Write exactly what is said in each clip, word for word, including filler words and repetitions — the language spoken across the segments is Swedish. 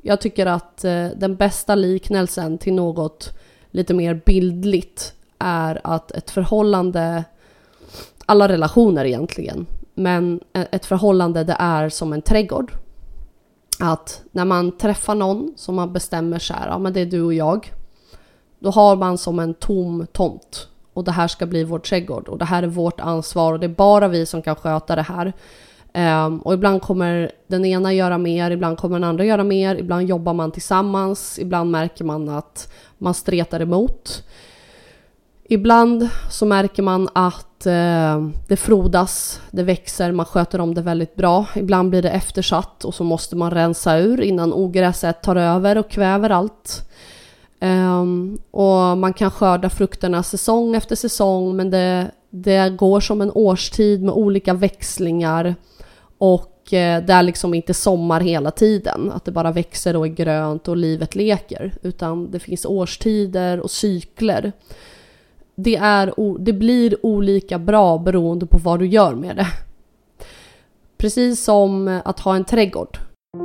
Jag tycker att eh, den bästa liknelsen till något lite mer bildligt är att ett förhållande, alla relationer egentligen, men ett förhållande det är som en trädgård. Att när man träffar någon som man bestämmer så här, ja men det är du och jag, då har man som en tom tomt. Och det här ska bli vår trädgård och det här är vårt ansvar och det är bara vi som kan sköta det här. Um, och ibland kommer den ena göra mer, ibland kommer den andra göra mer, ibland jobbar man tillsammans, ibland märker man att man stretar emot. Ibland så märker man att uh, det frodas, det växer, man sköter om det väldigt bra. Ibland blir det eftersatt och så måste man rensa ur innan ogräset tar över och kväver allt. Um, och man kan skörda frukterna säsong efter säsong, men det, det går som en årstid med olika växlingar. Och eh, det är liksom inte sommar hela tiden, att det bara växer och är grönt och livet leker, utan det finns årstider och cykler. Det, är, det blir olika bra beroende på vad du gör med det. Precis som att ha en trädgård.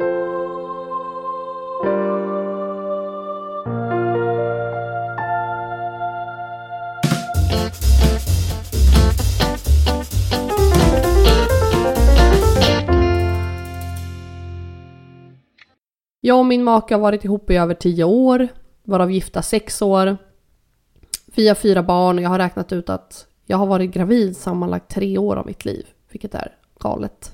Jag och min make har varit ihop i över tio år, varav gifta sex år. Vi har fyra barn och jag har räknat ut att jag har varit gravid sammanlagt tre år av mitt liv, vilket är galet.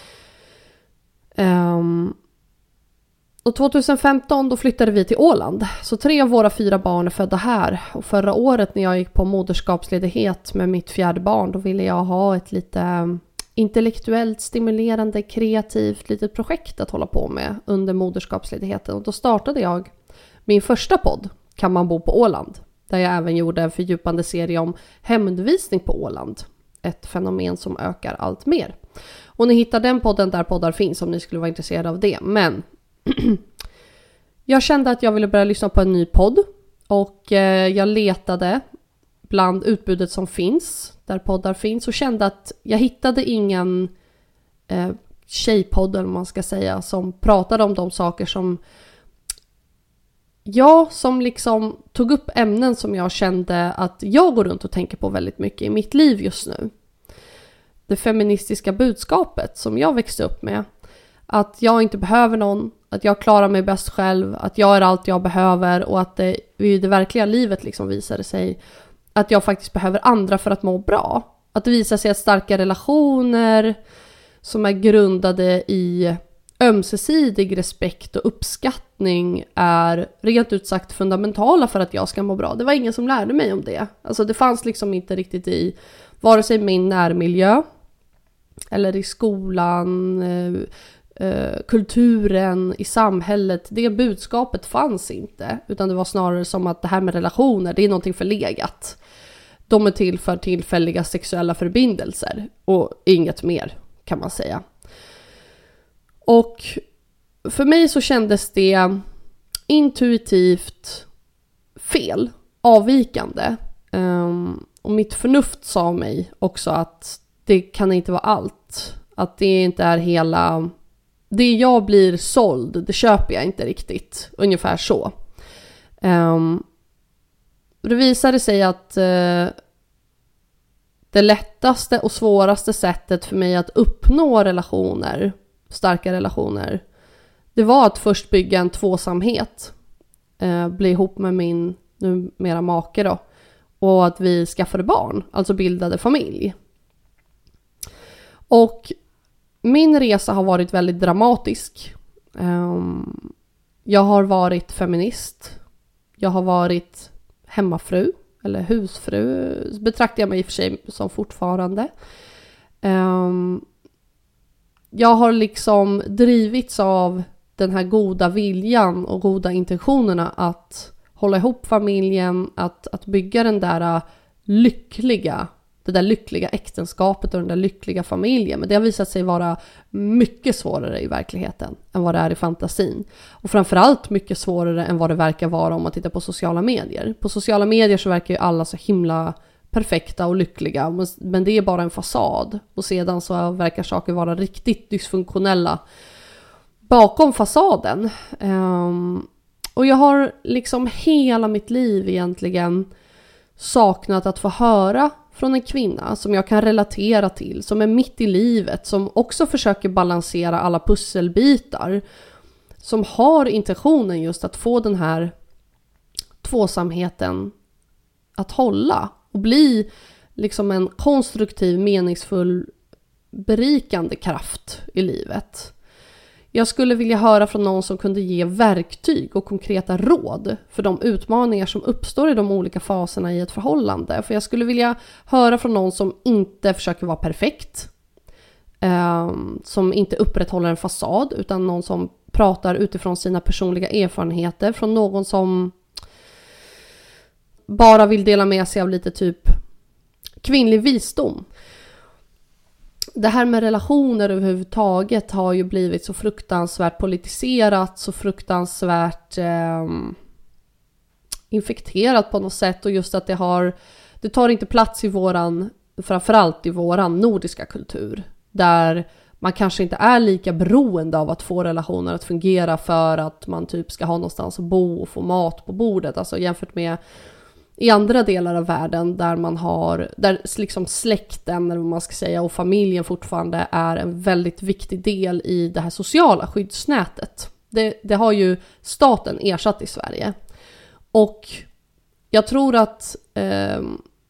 Um, och tjugohundrafemton då flyttade vi till Åland, så tre av våra fyra barn är födda här. Och förra året när jag gick på moderskapsledighet med mitt fjärde barn, då ville jag ha ett lite intellektuellt stimulerande, kreativt litet projekt att hålla på med under moderskapsledigheten. Och då startade jag min första podd, Kan man bo på Åland? Där jag även gjorde en fördjupande serie om hemundervisning på Åland. Ett fenomen som ökar allt mer. Och ni hittar den podden där poddar finns om ni skulle vara intresserade av det. Men jag kände att jag ville börja lyssna på en ny podd. Och eh, jag letade bland utbudet som finns, där poddar finns, och kände att jag hittade ingen eh, tjejpodd, eller vad man ska säga, som pratade om de saker som jag som liksom tog upp ämnen som jag kände att jag går runt och tänker på väldigt mycket i mitt liv just nu. Det feministiska budskapet som jag växte upp med. Att jag inte behöver någon, att jag klarar mig bäst själv, att jag är allt jag behöver, och att det i det verkliga livet liksom visade sig att jag faktiskt behöver andra för att må bra. Att det visar sig att starka relationer som är grundade i ömsesidig respekt och uppskattning är rent ut sagt fundamentala för att jag ska må bra. Det var ingen som lärde mig om det. Alltså det fanns liksom inte riktigt i vare sig min närmiljö eller i skolan, eh, eh, kulturen, i samhället. Det budskapet fanns inte, utan det var snarare som att det här med relationer, det är någonting förlegat. De är till för tillfälliga sexuella förbindelser och inget mer, kan man säga. Och för mig så kändes det intuitivt fel, avvikande. Um, och mitt förnuft sa mig också att det kan inte vara allt. Att det inte är hela... Det jag blir såld, det köper jag inte riktigt. Ungefär så. Um, det visade sig att uh, det lättaste och svåraste sättet för mig att uppnå relationer, starka relationer, det var att först bygga en tvåsamhet. Uh, bli ihop med min numera make då. Och att vi skaffade barn, alltså bildade familj. Och min resa har varit väldigt dramatisk. Um, jag har varit feminist. Jag har varit hemmafru, eller husfru, betraktar jag mig i och för sig som fortfarande. Um, jag har liksom drivits av den här goda viljan och goda intentionerna att hålla ihop familjen, att, att bygga den där lyckliga, det där lyckliga äktenskapet och den där lyckliga familjen. Men det har visat sig vara mycket svårare i verkligheten än vad det är i fantasin. Och framförallt mycket svårare än vad det verkar vara om man tittar på sociala medier. På sociala medier så verkar ju alla så himla perfekta och lyckliga, men det är bara en fasad. Och sedan så verkar saker vara riktigt dysfunktionella. bakom fasaden. Um, och jag har liksom hela mitt liv egentligen saknat att få höra från en kvinna som jag kan relatera till, som är mitt i livet, som också försöker balansera alla pusselbitar, som har intentionen just att få den här tvåsamheten att hålla och bli liksom en konstruktiv, meningsfull, berikande kraft i livet. Jag skulle vilja höra från någon som kunde ge verktyg och konkreta råd för de utmaningar som uppstår i de olika faserna i ett förhållande. För jag skulle vilja höra från någon som inte försöker vara perfekt, eh, som inte upprätthåller en fasad, utan någon som pratar utifrån sina personliga erfarenheter, från någon som bara vill dela med sig av lite typ kvinnlig visdom. Det här med relationer överhuvudtaget har ju blivit så fruktansvärt politiserat, så fruktansvärt eh, infekterat på något sätt, och just att det har det tar inte plats i våran, framförallt i våran nordiska kultur, där man kanske inte är lika beroende av att få relationer att fungera för att man typ ska ha någonstans att bo och få mat på bordet, alltså jämfört med i andra delar av världen där man har, där liksom släkten eller vad man ska säga och familjen fortfarande är en väldigt viktig del i det här sociala skyddsnätet. Det, det har ju staten ersatt i Sverige. Och jag tror att, eh,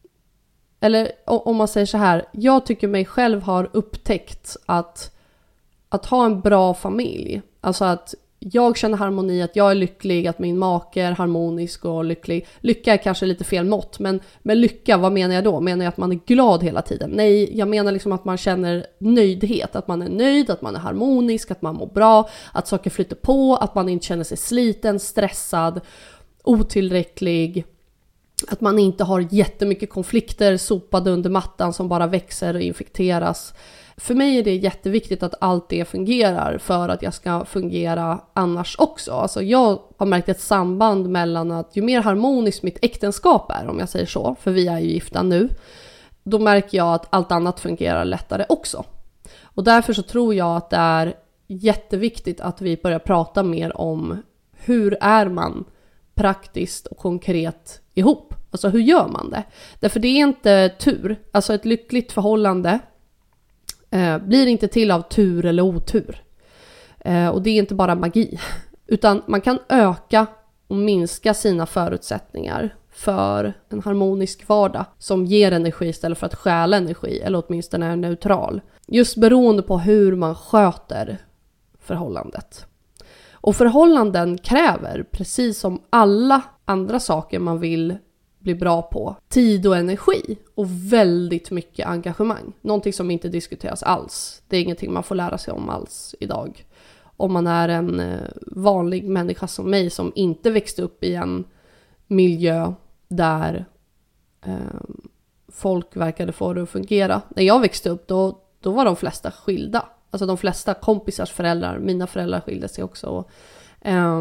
eller om man säger så här, jag tycker mig själv har upptäckt att, att ha en bra familj, alltså att jag känner harmoni, att jag är lycklig, att min make är harmonisk och lycklig. Lycka är kanske lite fel mått, men med lycka, vad menar jag då? Menar jag att man är glad hela tiden? Nej, jag menar liksom att man känner nöjdhet, att man är nöjd, att man är harmonisk, att man mår bra, att saker flyter på, att man inte känner sig sliten, stressad, otillräcklig, att man inte har jättemycket konflikter sopade under mattan som bara växer och infekteras. För mig är det jätteviktigt att allt det fungerar för att jag ska fungera annars också. Alltså jag har märkt ett samband mellan att ju mer harmoniskt mitt äktenskap är, om jag säger så, för vi är ju gifta nu, då märker jag att allt annat fungerar lättare också. Och därför så tror jag att det är jätteviktigt att vi börjar prata mer om hur är man praktiskt och konkret ihop. Alltså hur gör man det? Därför det är inte tur. Alltså ett lyckligt förhållande Eh, blir inte till av tur eller otur. Eh, och det är inte bara magi. Utan man kan öka och minska sina förutsättningar för en harmonisk vardag som ger energi istället för att stjäla energi, eller åtminstone är neutral. Just beroende på hur man sköter förhållandet. Och förhållanden kräver, precis som alla andra saker man vill bli bra på, tid och energi och väldigt mycket engagemang. Någonting som inte diskuteras alls. Det är ingenting man får lära sig om alls idag. Om man är en vanlig människa som mig som inte växte upp i en miljö där eh, folk verkade få det att fungera. När jag växte upp då, då var de flesta skilda. Alltså de flesta kompisars föräldrar, mina föräldrar skilde sig också. Eh,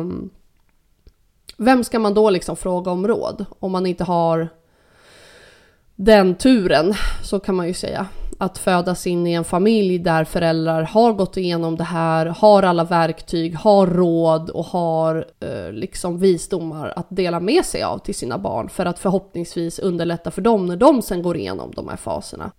Vem ska man då liksom fråga om råd? Om man inte har den turen, så kan man ju säga, att födas in i en familj där föräldrar har gått igenom det här, har alla verktyg, har råd och har eh, liksom visdomar att dela med sig av till sina barn för att förhoppningsvis underlätta för dem när de sen går igenom de här faserna.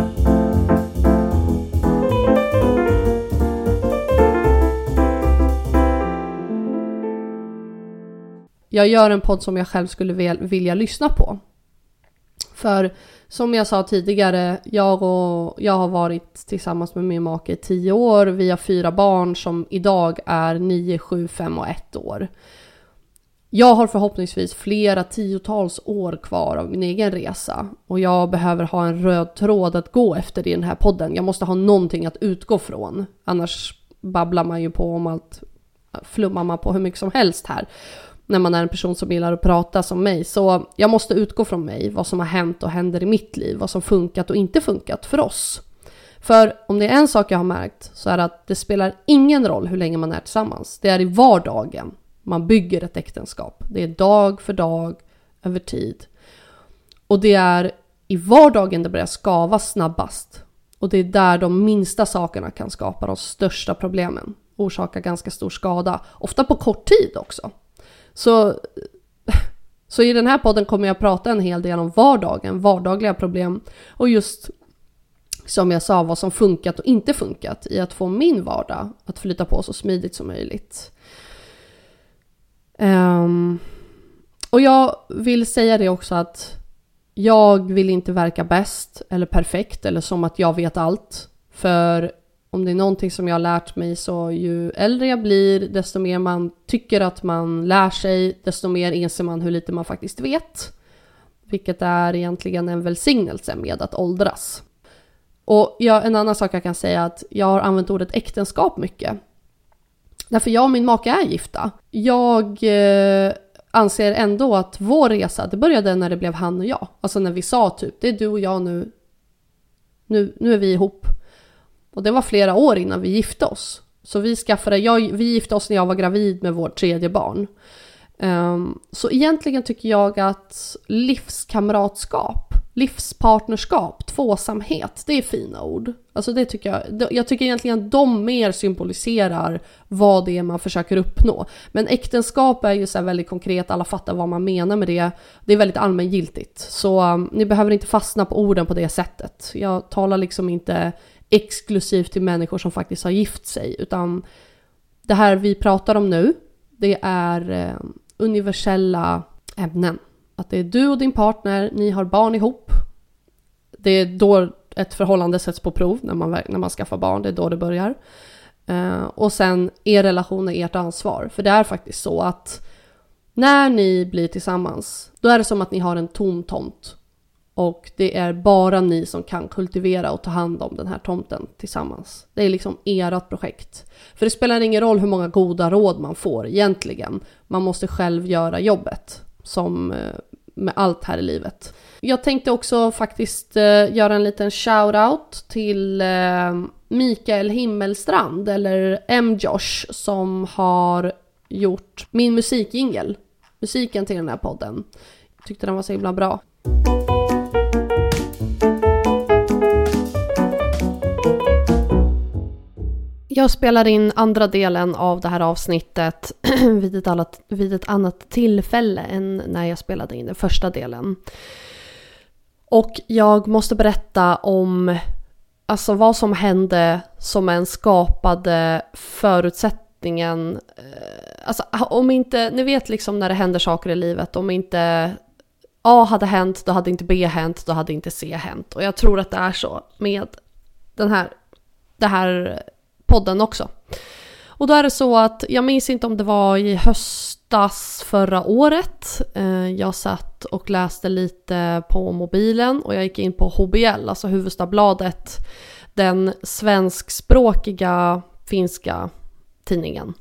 Jag gör en podd som jag själv skulle vilja lyssna på. För som jag sa tidigare, jag, och, jag har varit tillsammans med min make i tio år. Vi har fyra barn som idag är nio, sju, fem och ett år. Jag har förhoppningsvis flera tiotals år kvar av min egen resa. Och jag behöver ha en röd tråd att gå efter i den här podden. Jag måste ha någonting att utgå från. Annars babblar man ju på om allt, flummar man på hur mycket som helst här. När man är en person som gillar att prata som mig. Så jag måste utgå från mig. Vad som har hänt och händer i mitt liv. Vad som funkat och inte funkat för oss. För om det är en sak jag har märkt, så är det att det spelar ingen roll hur länge man är tillsammans. Det är i vardagen man bygger ett äktenskap. Det är dag för dag, över tid. Och det är i vardagen det börjar skava snabbast. Och det är där de minsta sakerna kan skapa de största problemen. orsaka ganska stor skada. Ofta på kort tid också. Så, så i den här podden kommer jag prata en hel del om vardagen, vardagliga problem. Och just som jag sa, vad som funkat och inte funkat i att få min vardag att flyta på så smidigt som möjligt. Um, och jag vill säga det också att jag vill inte verka bäst eller perfekt eller som att jag vet allt. För om det är någonting som jag har lärt mig, så ju äldre jag blir, desto mer man tycker att man lär sig, desto mer inser man hur lite man faktiskt vet. Vilket är egentligen en välsignelse med att åldras. Och jag, en annan sak jag kan säga är att jag har använt ordet äktenskap mycket. Därför jag och min make är gifta. Jag eh, anser ändå att vår resa, det började när det blev han och jag. Alltså när vi sa typ, det är du och jag nu. Nu, nu är vi ihop. Och det var flera år innan vi gifte oss. Så vi skaffade, jag, vi gifte oss när jag var gravid med vårt tredje barn. Um, så egentligen tycker jag att livskamratskap, livspartnerskap, tvåsamhet, det är fina ord. Alltså det tycker jag, jag tycker egentligen att de mer symboliserar vad det är man försöker uppnå. Men äktenskap är ju så här väldigt konkret, alla fattar vad man menar med det. Det är väldigt allmängiltigt. Så um, ni behöver inte fastna på orden på det sättet. Jag talar liksom inte exklusivt till människor som faktiskt har gift sig, utan det här vi pratar om nu, det är eh, universella ämnen. Att det är du och din partner, ni har barn ihop. Det är då ett förhållande sätts på prov när man, när man skaffar barn, det är då det börjar. Eh, och sen er relation är ert ansvar. För det är faktiskt så att när ni blir tillsammans, då är det som att ni har en tom tomt. Och det är bara ni som kan kultivera och ta hand om den här tomten tillsammans. Det är liksom ert projekt. För det spelar ingen roll hur många goda råd man får egentligen. Man måste själv göra jobbet, som med allt här i livet. Jag tänkte också faktiskt göra en liten shoutout till Mikael Himmelstrand, eller M-Josh, som har gjort min musikjingel. Musiken till den här podden. Jag tyckte den var så himla bra. Jag spelar in andra delen av det här avsnittet vid ett, annat, vid ett annat tillfälle än när jag spelade in den första delen. Och jag måste berätta om alltså vad som hände som en skapade förutsättningen. Alltså om inte, ni vet liksom när det händer saker i livet, om inte A hade hänt, då hade inte B hänt, då hade inte C hänt. Och jag tror att det är så med den här, det här podden också. Och då är det så att jag minns inte om det var i höstas förra året. Jag satt och läste lite på mobilen och jag gick in på H B L, alltså Hufvudstadsbladet, den svenskspråkiga finska tidningen.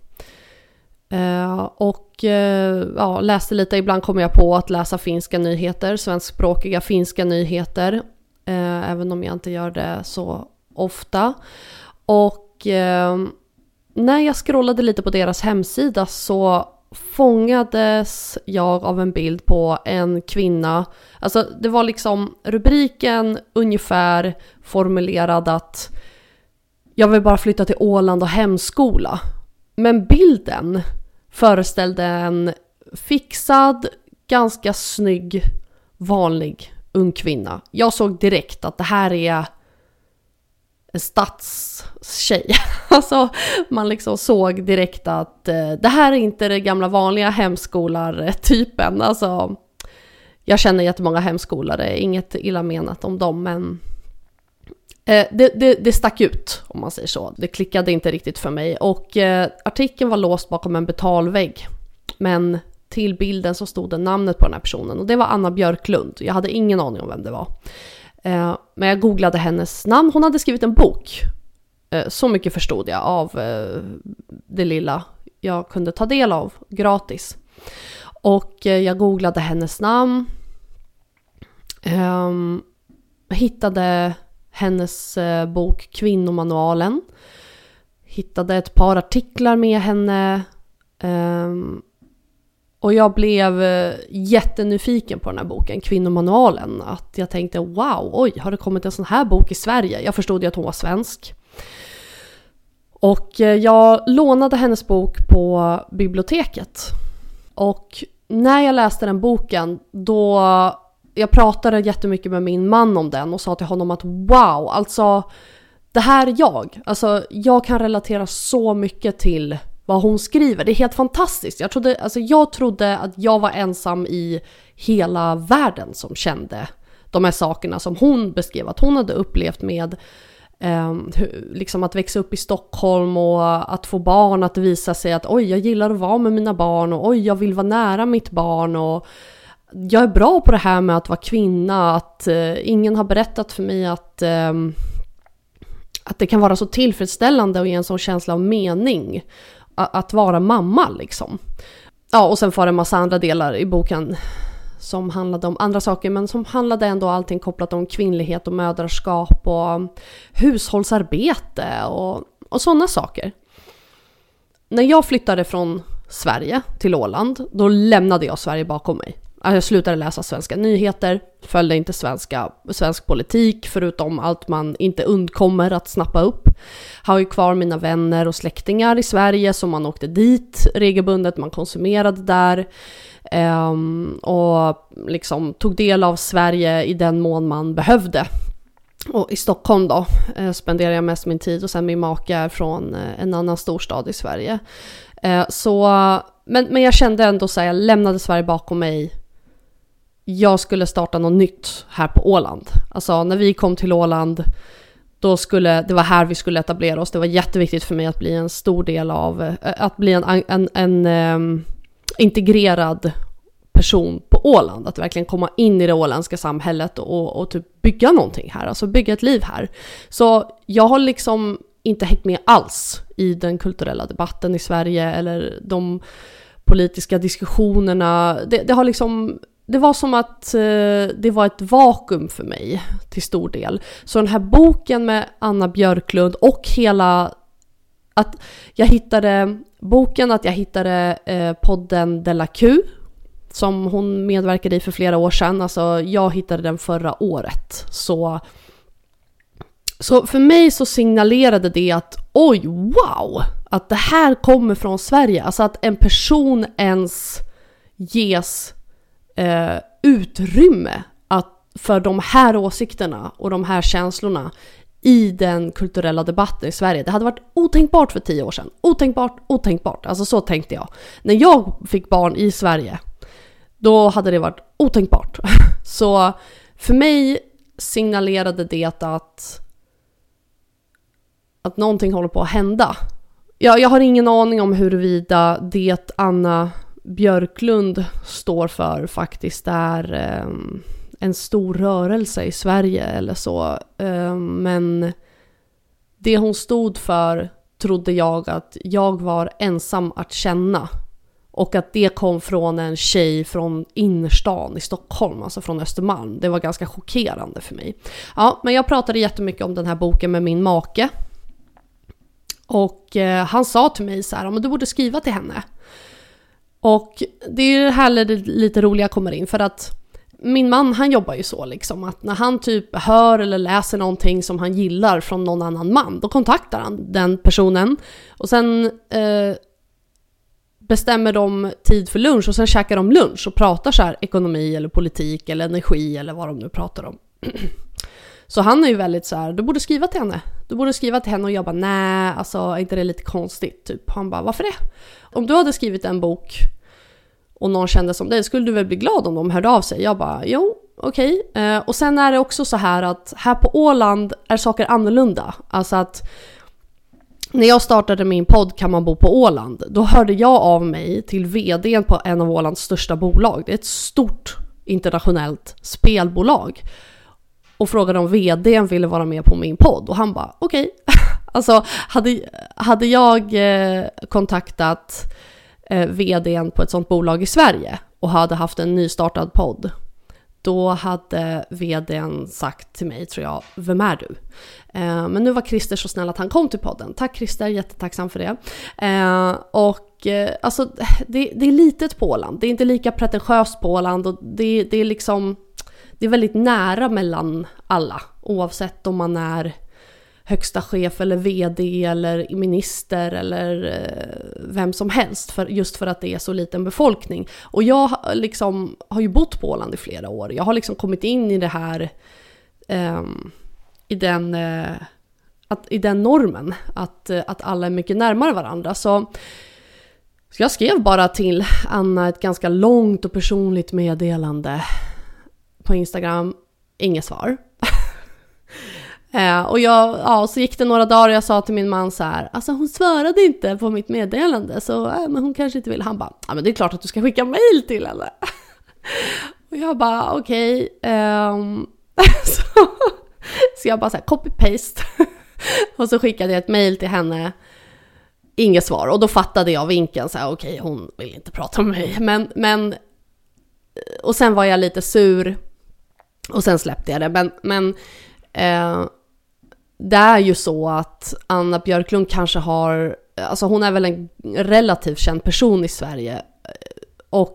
Och ja, läste lite, ibland kommer jag på att läsa finska nyheter, svenskspråkiga finska nyheter, även om jag inte gör det så ofta. Och eh, när jag scrollade lite på deras hemsida så fångades jag av en bild på en kvinna. Alltså det var liksom rubriken ungefär formulerad att jag vill bara flytta till Åland och hemskola. Men bilden föreställde en fixad, ganska snygg, vanlig ung kvinna. Jag såg direkt att det här är en stadstjej. Alltså man liksom såg direkt att eh, det här är inte det gamla vanliga hemskolartypen. Alltså jag känner jättemånga hemskolare, inget illa menat om dem, men eh, det, det, det stack ut om man säger så. Det klickade inte riktigt för mig och eh, artikeln var låst bakom en betalvägg. Men till bilden så stod det namnet på den här personen och det var Anna Björklund. Jag hade ingen aning om vem det var. Eh, men jag googlade hennes namn. Hon hade skrivit en bok. Eh, så mycket förstod jag av eh, det lilla jag kunde ta del av gratis. Och eh, jag googlade hennes namn. Eh, hittade hennes eh, bok Kvinnomanualen. Hittade ett par artiklar med henne. Eh, Och jag blev jättenyfiken på den här boken, Kvinnomanualen. Att jag tänkte, wow, oj, har det kommit en sån här bok i Sverige? Jag förstod ju att hon var svensk. Och jag lånade hennes bok på biblioteket. Och när jag läste den boken, då jag pratade jättemycket med min man om den och sa till honom att wow, alltså det här är jag. Alltså jag kan relatera så mycket till vad hon skriver. Det är helt fantastiskt. Jag trodde, alltså jag trodde att jag var ensam i hela världen som kände de här sakerna som hon beskrev att hon hade upplevt med eh, liksom att växa upp i Stockholm och att få barn att visa sig att oj, jag gillar att vara med mina barn och oj, jag vill vara nära mitt barn och jag är bra på det här med att vara kvinna, att eh, ingen har berättat för mig att eh, att det kan vara så tillfredsställande och ge en sån känsla av mening att, att vara mamma liksom. Ja, och sen får det en massa andra delar i boken som handlade om andra saker, men som handlade ändå allting kopplat om kvinnlighet och mödraskap och hushållsarbete och, och sådana saker. När jag flyttade från Sverige till Åland, då lämnade jag Sverige bakom mig. Jag slutade läsa svenska nyheter, följde inte svenska, svensk politik förutom allt man inte undkommer att snappa upp. Har ju kvar mina vänner och släktingar i Sverige som man åkte dit regelbundet, man konsumerade där. Um, och liksom tog del av Sverige i den mån man behövde. Och i Stockholm då eh, spenderade jag mest min tid och sen min make är från eh, en annan storstad i Sverige. Eh, så, men, men jag kände ändå så här, jag lämnade Sverige bakom mig. Jag skulle starta något nytt här på Åland. Alltså när vi kom till Åland, då skulle, det var här vi skulle etablera oss. Det var jätteviktigt för mig att bli en stor del av, eh, att bli en, en, en, en eh, integrerad person på Åland, att verkligen komma in i det åländska samhället och, och typ bygga någonting här, alltså bygga ett liv här. Så jag har liksom inte hängt med alls i den kulturella debatten i Sverige eller de politiska diskussionerna. Det, det har liksom, det var som att eh, det var ett vakuum för mig till stor del. Så den här boken med Anna Björklund och hela att jag hittade boken, att jag hittade eh, podden Della Q som hon medverkade i för flera år sedan. Alltså jag hittade den förra året. Så, så för mig så signalerade det att oj, wow! Att det här kommer från Sverige. Alltså att en person ens ges eh, utrymme att, för de här åsikterna och de här känslorna i den kulturella debatten i Sverige. Det hade varit otänkbart för tio år sedan. Otänkbart, otänkbart. Alltså så tänkte jag. När jag fick barn i Sverige, då hade det varit otänkbart. Så för mig signalerade det att att någonting håller på att hända. Jag, jag har ingen aning om huruvida det Anna Björklund står för faktiskt är eh, en stor rörelse i Sverige eller så. Eh, men det hon stod för trodde jag att jag var ensam att känna. Och att det kom från en tjej från innerstan i Stockholm, alltså från Östermalm. Det var ganska chockerande för mig. Ja, men jag pratade jättemycket om den här boken med min make. Och eh, han sa till mig så här, men du borde skriva till henne. Och det är här lite roliga kommer in, för att min man, han jobbar ju så liksom att när han typ hör eller läser någonting som han gillar från någon annan man, då kontaktar han den personen och sen eh, bestämmer de tid för lunch och sen käkar de lunch och pratar så här ekonomi eller politik eller energi eller vad de nu pratar om. Så han är ju väldigt så här, du borde skriva till henne. Du borde skriva till henne och jag bara, nej, alltså är inte det lite konstigt? Typ. Han bara, varför det? Om du hade skrivit en bok och någon kände som dig, skulle du väl bli glad om de hörde av sig? Jag bara, jo, okej. Okay. Eh, och sen är det också så här att här på Åland är saker annorlunda. Alltså att när jag startade min podd Kan man bo på Åland, då hörde jag av mig till vdn på en av Ålands största bolag. Det är ett stort internationellt spelbolag. Och frågade om vdn ville vara med på min podd. Och han bara, okej. Okay. Alltså, hade, hade jag eh, kontaktat eh, vdn på ett sånt bolag i Sverige och hade haft en nystartad podd, då hade vdn sagt till mig, tror jag, vem är du? Eh, men nu var Christer så snäll att han kom till podden. Tack Christer, jättetacksam för det. Eh, och eh, alltså, det, det är litet på Åland. Det är inte lika pretentiöst på Åland. Och det, det är liksom... Det är väldigt nära mellan alla, oavsett om man är högsta chef eller vd eller minister eller eh, vem som helst, för, just för att det är så liten befolkning. Och jag liksom har ju bott på Åland i flera år. Jag har liksom kommit in i det här eh, i den eh, att, i den normen att, att alla är mycket närmare varandra. Så, så jag skrev bara till Anna ett ganska långt och personligt meddelande på Instagram. Inget svar. Eh, och jag, ja, så gick det några dagar och jag sa till min man så här, alltså hon svarade inte på mitt meddelande, så äh, men hon kanske inte vill. Han bara, ja men det är klart att du ska skicka mejl till henne. Och jag bara, okej. Okay, um, så, så jag bara så här, copy-paste. Och så skickade jag ett mejl till henne. Inget svar. Och då fattade jag vinkeln så här, okej, okay, hon vill inte prata med mig. Men, men, och sen var jag lite sur. Och sen släppte jag det. Men, men eh, det är ju så att Anna Björklund kanske har, alltså hon är väl en relativt känd person i Sverige, och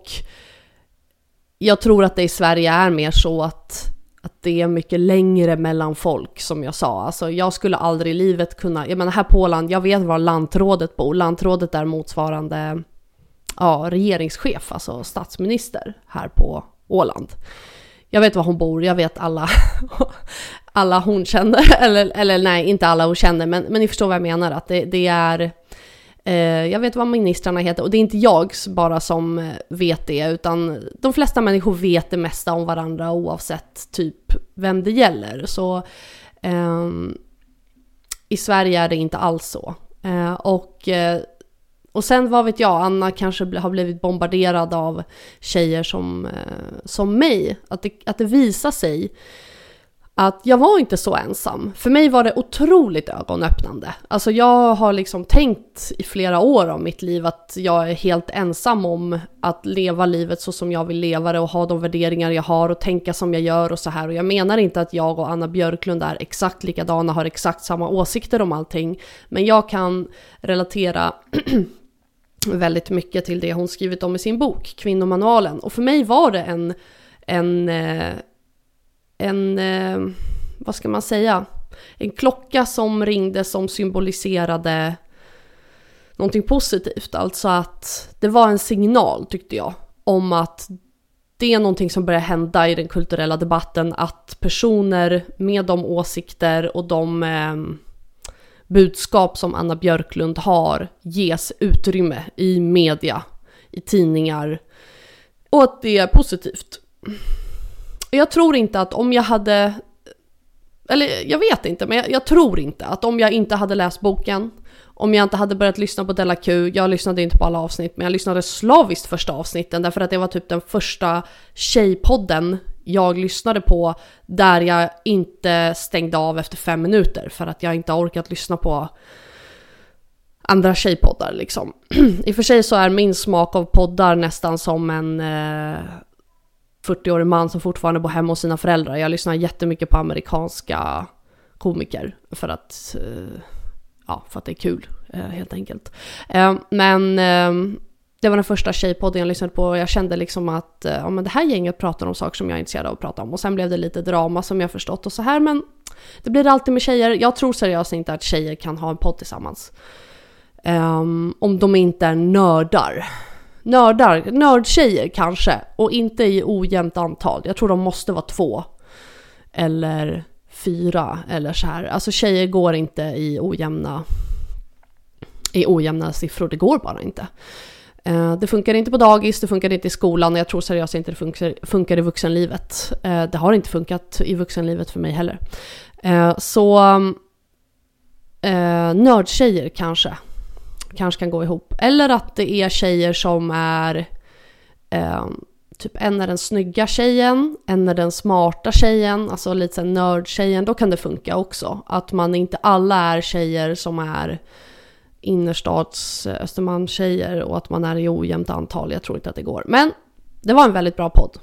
jag tror att det i Sverige är mer så att, att det är mycket längre mellan folk, som jag sa. Alltså jag skulle aldrig i livet kunna, jag menar här på Åland, jag vet var lantrådet bor. Lantrådet är motsvarande ja, regeringschef, alltså statsminister här på Åland. Jag vet var hon bor, jag vet alla, alla hon känner, eller, eller nej, inte alla hon känner, men, men ni förstår vad jag menar, att det, det är, eh, jag vet vad ministrarna heter, och det är inte jag bara som vet det, utan de flesta människor vet det mesta om varandra oavsett typ vem det gäller, så eh, i Sverige är det inte alls så. Eh, och eh, Och sen, vad vet jag, Anna kanske har blivit bombarderad av tjejer som, eh, som mig. Att det, att det visar sig att jag var inte så ensam. För mig var det otroligt ögonöppnande. Alltså jag har liksom tänkt i flera år av mitt liv att jag är helt ensam om att leva livet så som jag vill leva det och ha de värderingar jag har och tänka som jag gör och så här. Och jag menar inte att jag och Anna Björklund är exakt likadana, har exakt samma åsikter om allting. Men jag kan relatera väldigt mycket till det hon skrivit om i sin bok, Kvinnomanualen. Och för mig var det en, en, en, vad ska man säga, en klocka som ringde som symboliserade någonting positivt. Alltså att det var en signal, tyckte jag, om att det är någonting som börjar hända i den kulturella debatten, att personer med de åsikter och de eh, budskap som Anna Björklund har ges utrymme i media, i tidningar, och att det är positivt. Jag tror inte att om jag hade, eller jag vet inte, men jag, jag tror inte att om jag inte hade läst boken, om jag inte hade börjat lyssna på Della Q, jag lyssnade inte på alla avsnitt, men jag lyssnade slaviskt första avsnitten, därför att det var typ den första tjejpodden jag lyssnade på där jag inte stängde av efter fem minuter för att jag inte orkat lyssna på andra tjejpoddar liksom. I och för sig så är min smak av poddar nästan som en eh, fyrtio-årig man som fortfarande bor hemma hos sina föräldrar. Jag lyssnar jättemycket på amerikanska komiker för att eh, ja, för att det är kul eh, helt enkelt. Eh, men eh, det var den första tjejpodden jag lyssnade på, och jag kände liksom att ja, men det här gänget pratar om saker som jag är intresserad av att prata om. Och sen blev det lite drama som jag förstått och så här, men det blir alltid med tjejer. Jag tror seriöst inte att tjejer kan ha en podd tillsammans. Um, om de inte är nördar. Nördar, nördtjejer kanske, och inte i ojämnt antal. Jag tror de måste vara två eller fyra eller så här. Alltså tjejer går inte i ojämna i ojämna siffror, det går bara inte. Det funkar inte på dagis, det funkar inte i skolan, och jag tror seriöst inte det funkar, funkar i vuxenlivet. Det har inte funkat i vuxenlivet för mig heller. Så nördtjejer kanske kanske kan gå ihop. Eller att det är tjejer som är typ en är den snygga tjejen, en är den smarta tjejen, alltså lite så nördtjejen, då kan det funka också. Att man inte alla är tjejer som är innerstads Östermalmstjejer och att man är i ojämnt antal. Jag tror inte att det går. Men det var en väldigt bra podd.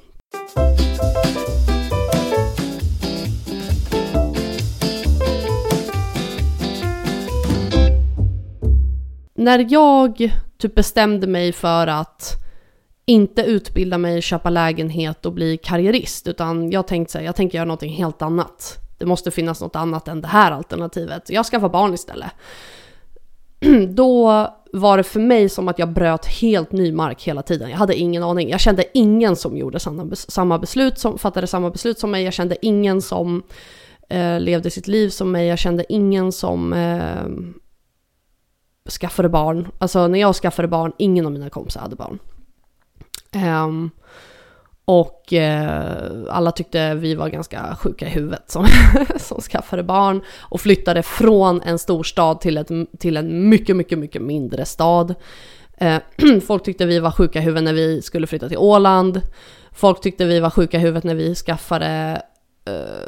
När jag typ bestämde mig för att inte utbilda mig, köpa lägenhet och bli karriärist, utan jag tänkte så här, jag tänker göra någonting helt annat. det måste finnas något annat än det här alternativet. Jag skaffar barn istället. Då var det för mig som att jag bröt helt ny mark hela tiden. Jag hade ingen aning. Jag kände ingen som gjorde samma beslut, som fattade samma beslut som mig. Jag kände ingen som eh, levde sitt liv som mig. Jag kände ingen som eh, skaffade barn. Alltså när jag skaffade barn, ingen av mina kompisar hade barn. Um, och eh, alla tyckte vi var ganska sjuka i huvudet som, som skaffade barn och flyttade från en stor stad till, ett, till en mycket, mycket, mycket mindre stad. Eh, folk tyckte vi var sjuka i huvudet när vi skulle flytta till Åland. Folk tyckte vi var sjuka i huvudet när vi skaffade eh,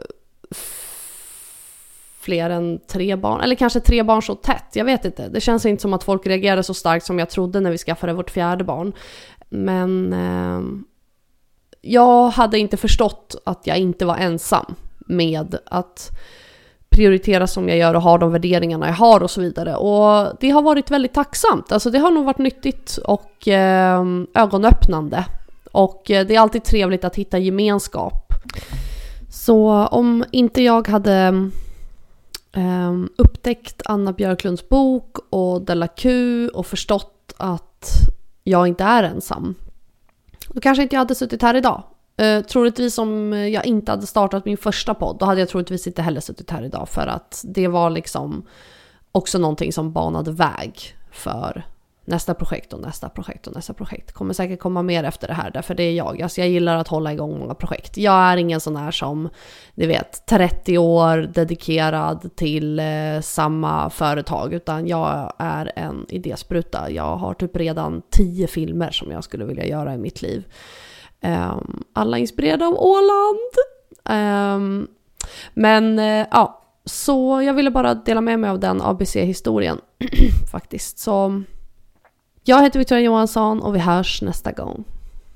f- fler än tre barn. Eller kanske tre barn så tätt, jag vet inte. Det känns inte som att folk reagerade så starkt som jag trodde när vi skaffade vårt fjärde barn. Men eh, jag hade inte förstått att jag inte var ensam med att prioritera som jag gör och ha de värderingarna jag har och så vidare. Och det har varit väldigt tacksamt. Alltså det har nog varit nyttigt och eh, ögonöppnande. Och eh, det är alltid trevligt att hitta gemenskap. Så om inte jag hade eh, upptäckt Anna Björklunds bok och Della Q och förstått att jag inte är ensam, då kanske inte jag hade suttit här idag. Uh, troligtvis om jag inte hade startat min första podd, då hade jag troligtvis inte heller suttit här idag, för att det var liksom också någonting som banade väg för nästa projekt och nästa projekt och nästa projekt. Kommer säkert komma mer efter det här, därför det är jag. Alltså jag gillar att hålla igång många projekt. Jag är ingen sån här som, ni vet, trettio år dedikerad till eh, samma företag, utan jag är en idéspruta. Jag har typ redan tio filmer som jag skulle vilja göra i mitt liv. Um, alla inspirerade av Åland. Um, men uh, ja, så jag ville bara dela med mig av den A B C-historien faktiskt. Så jag heter Victoria Johansson och vi hörs nästa gång.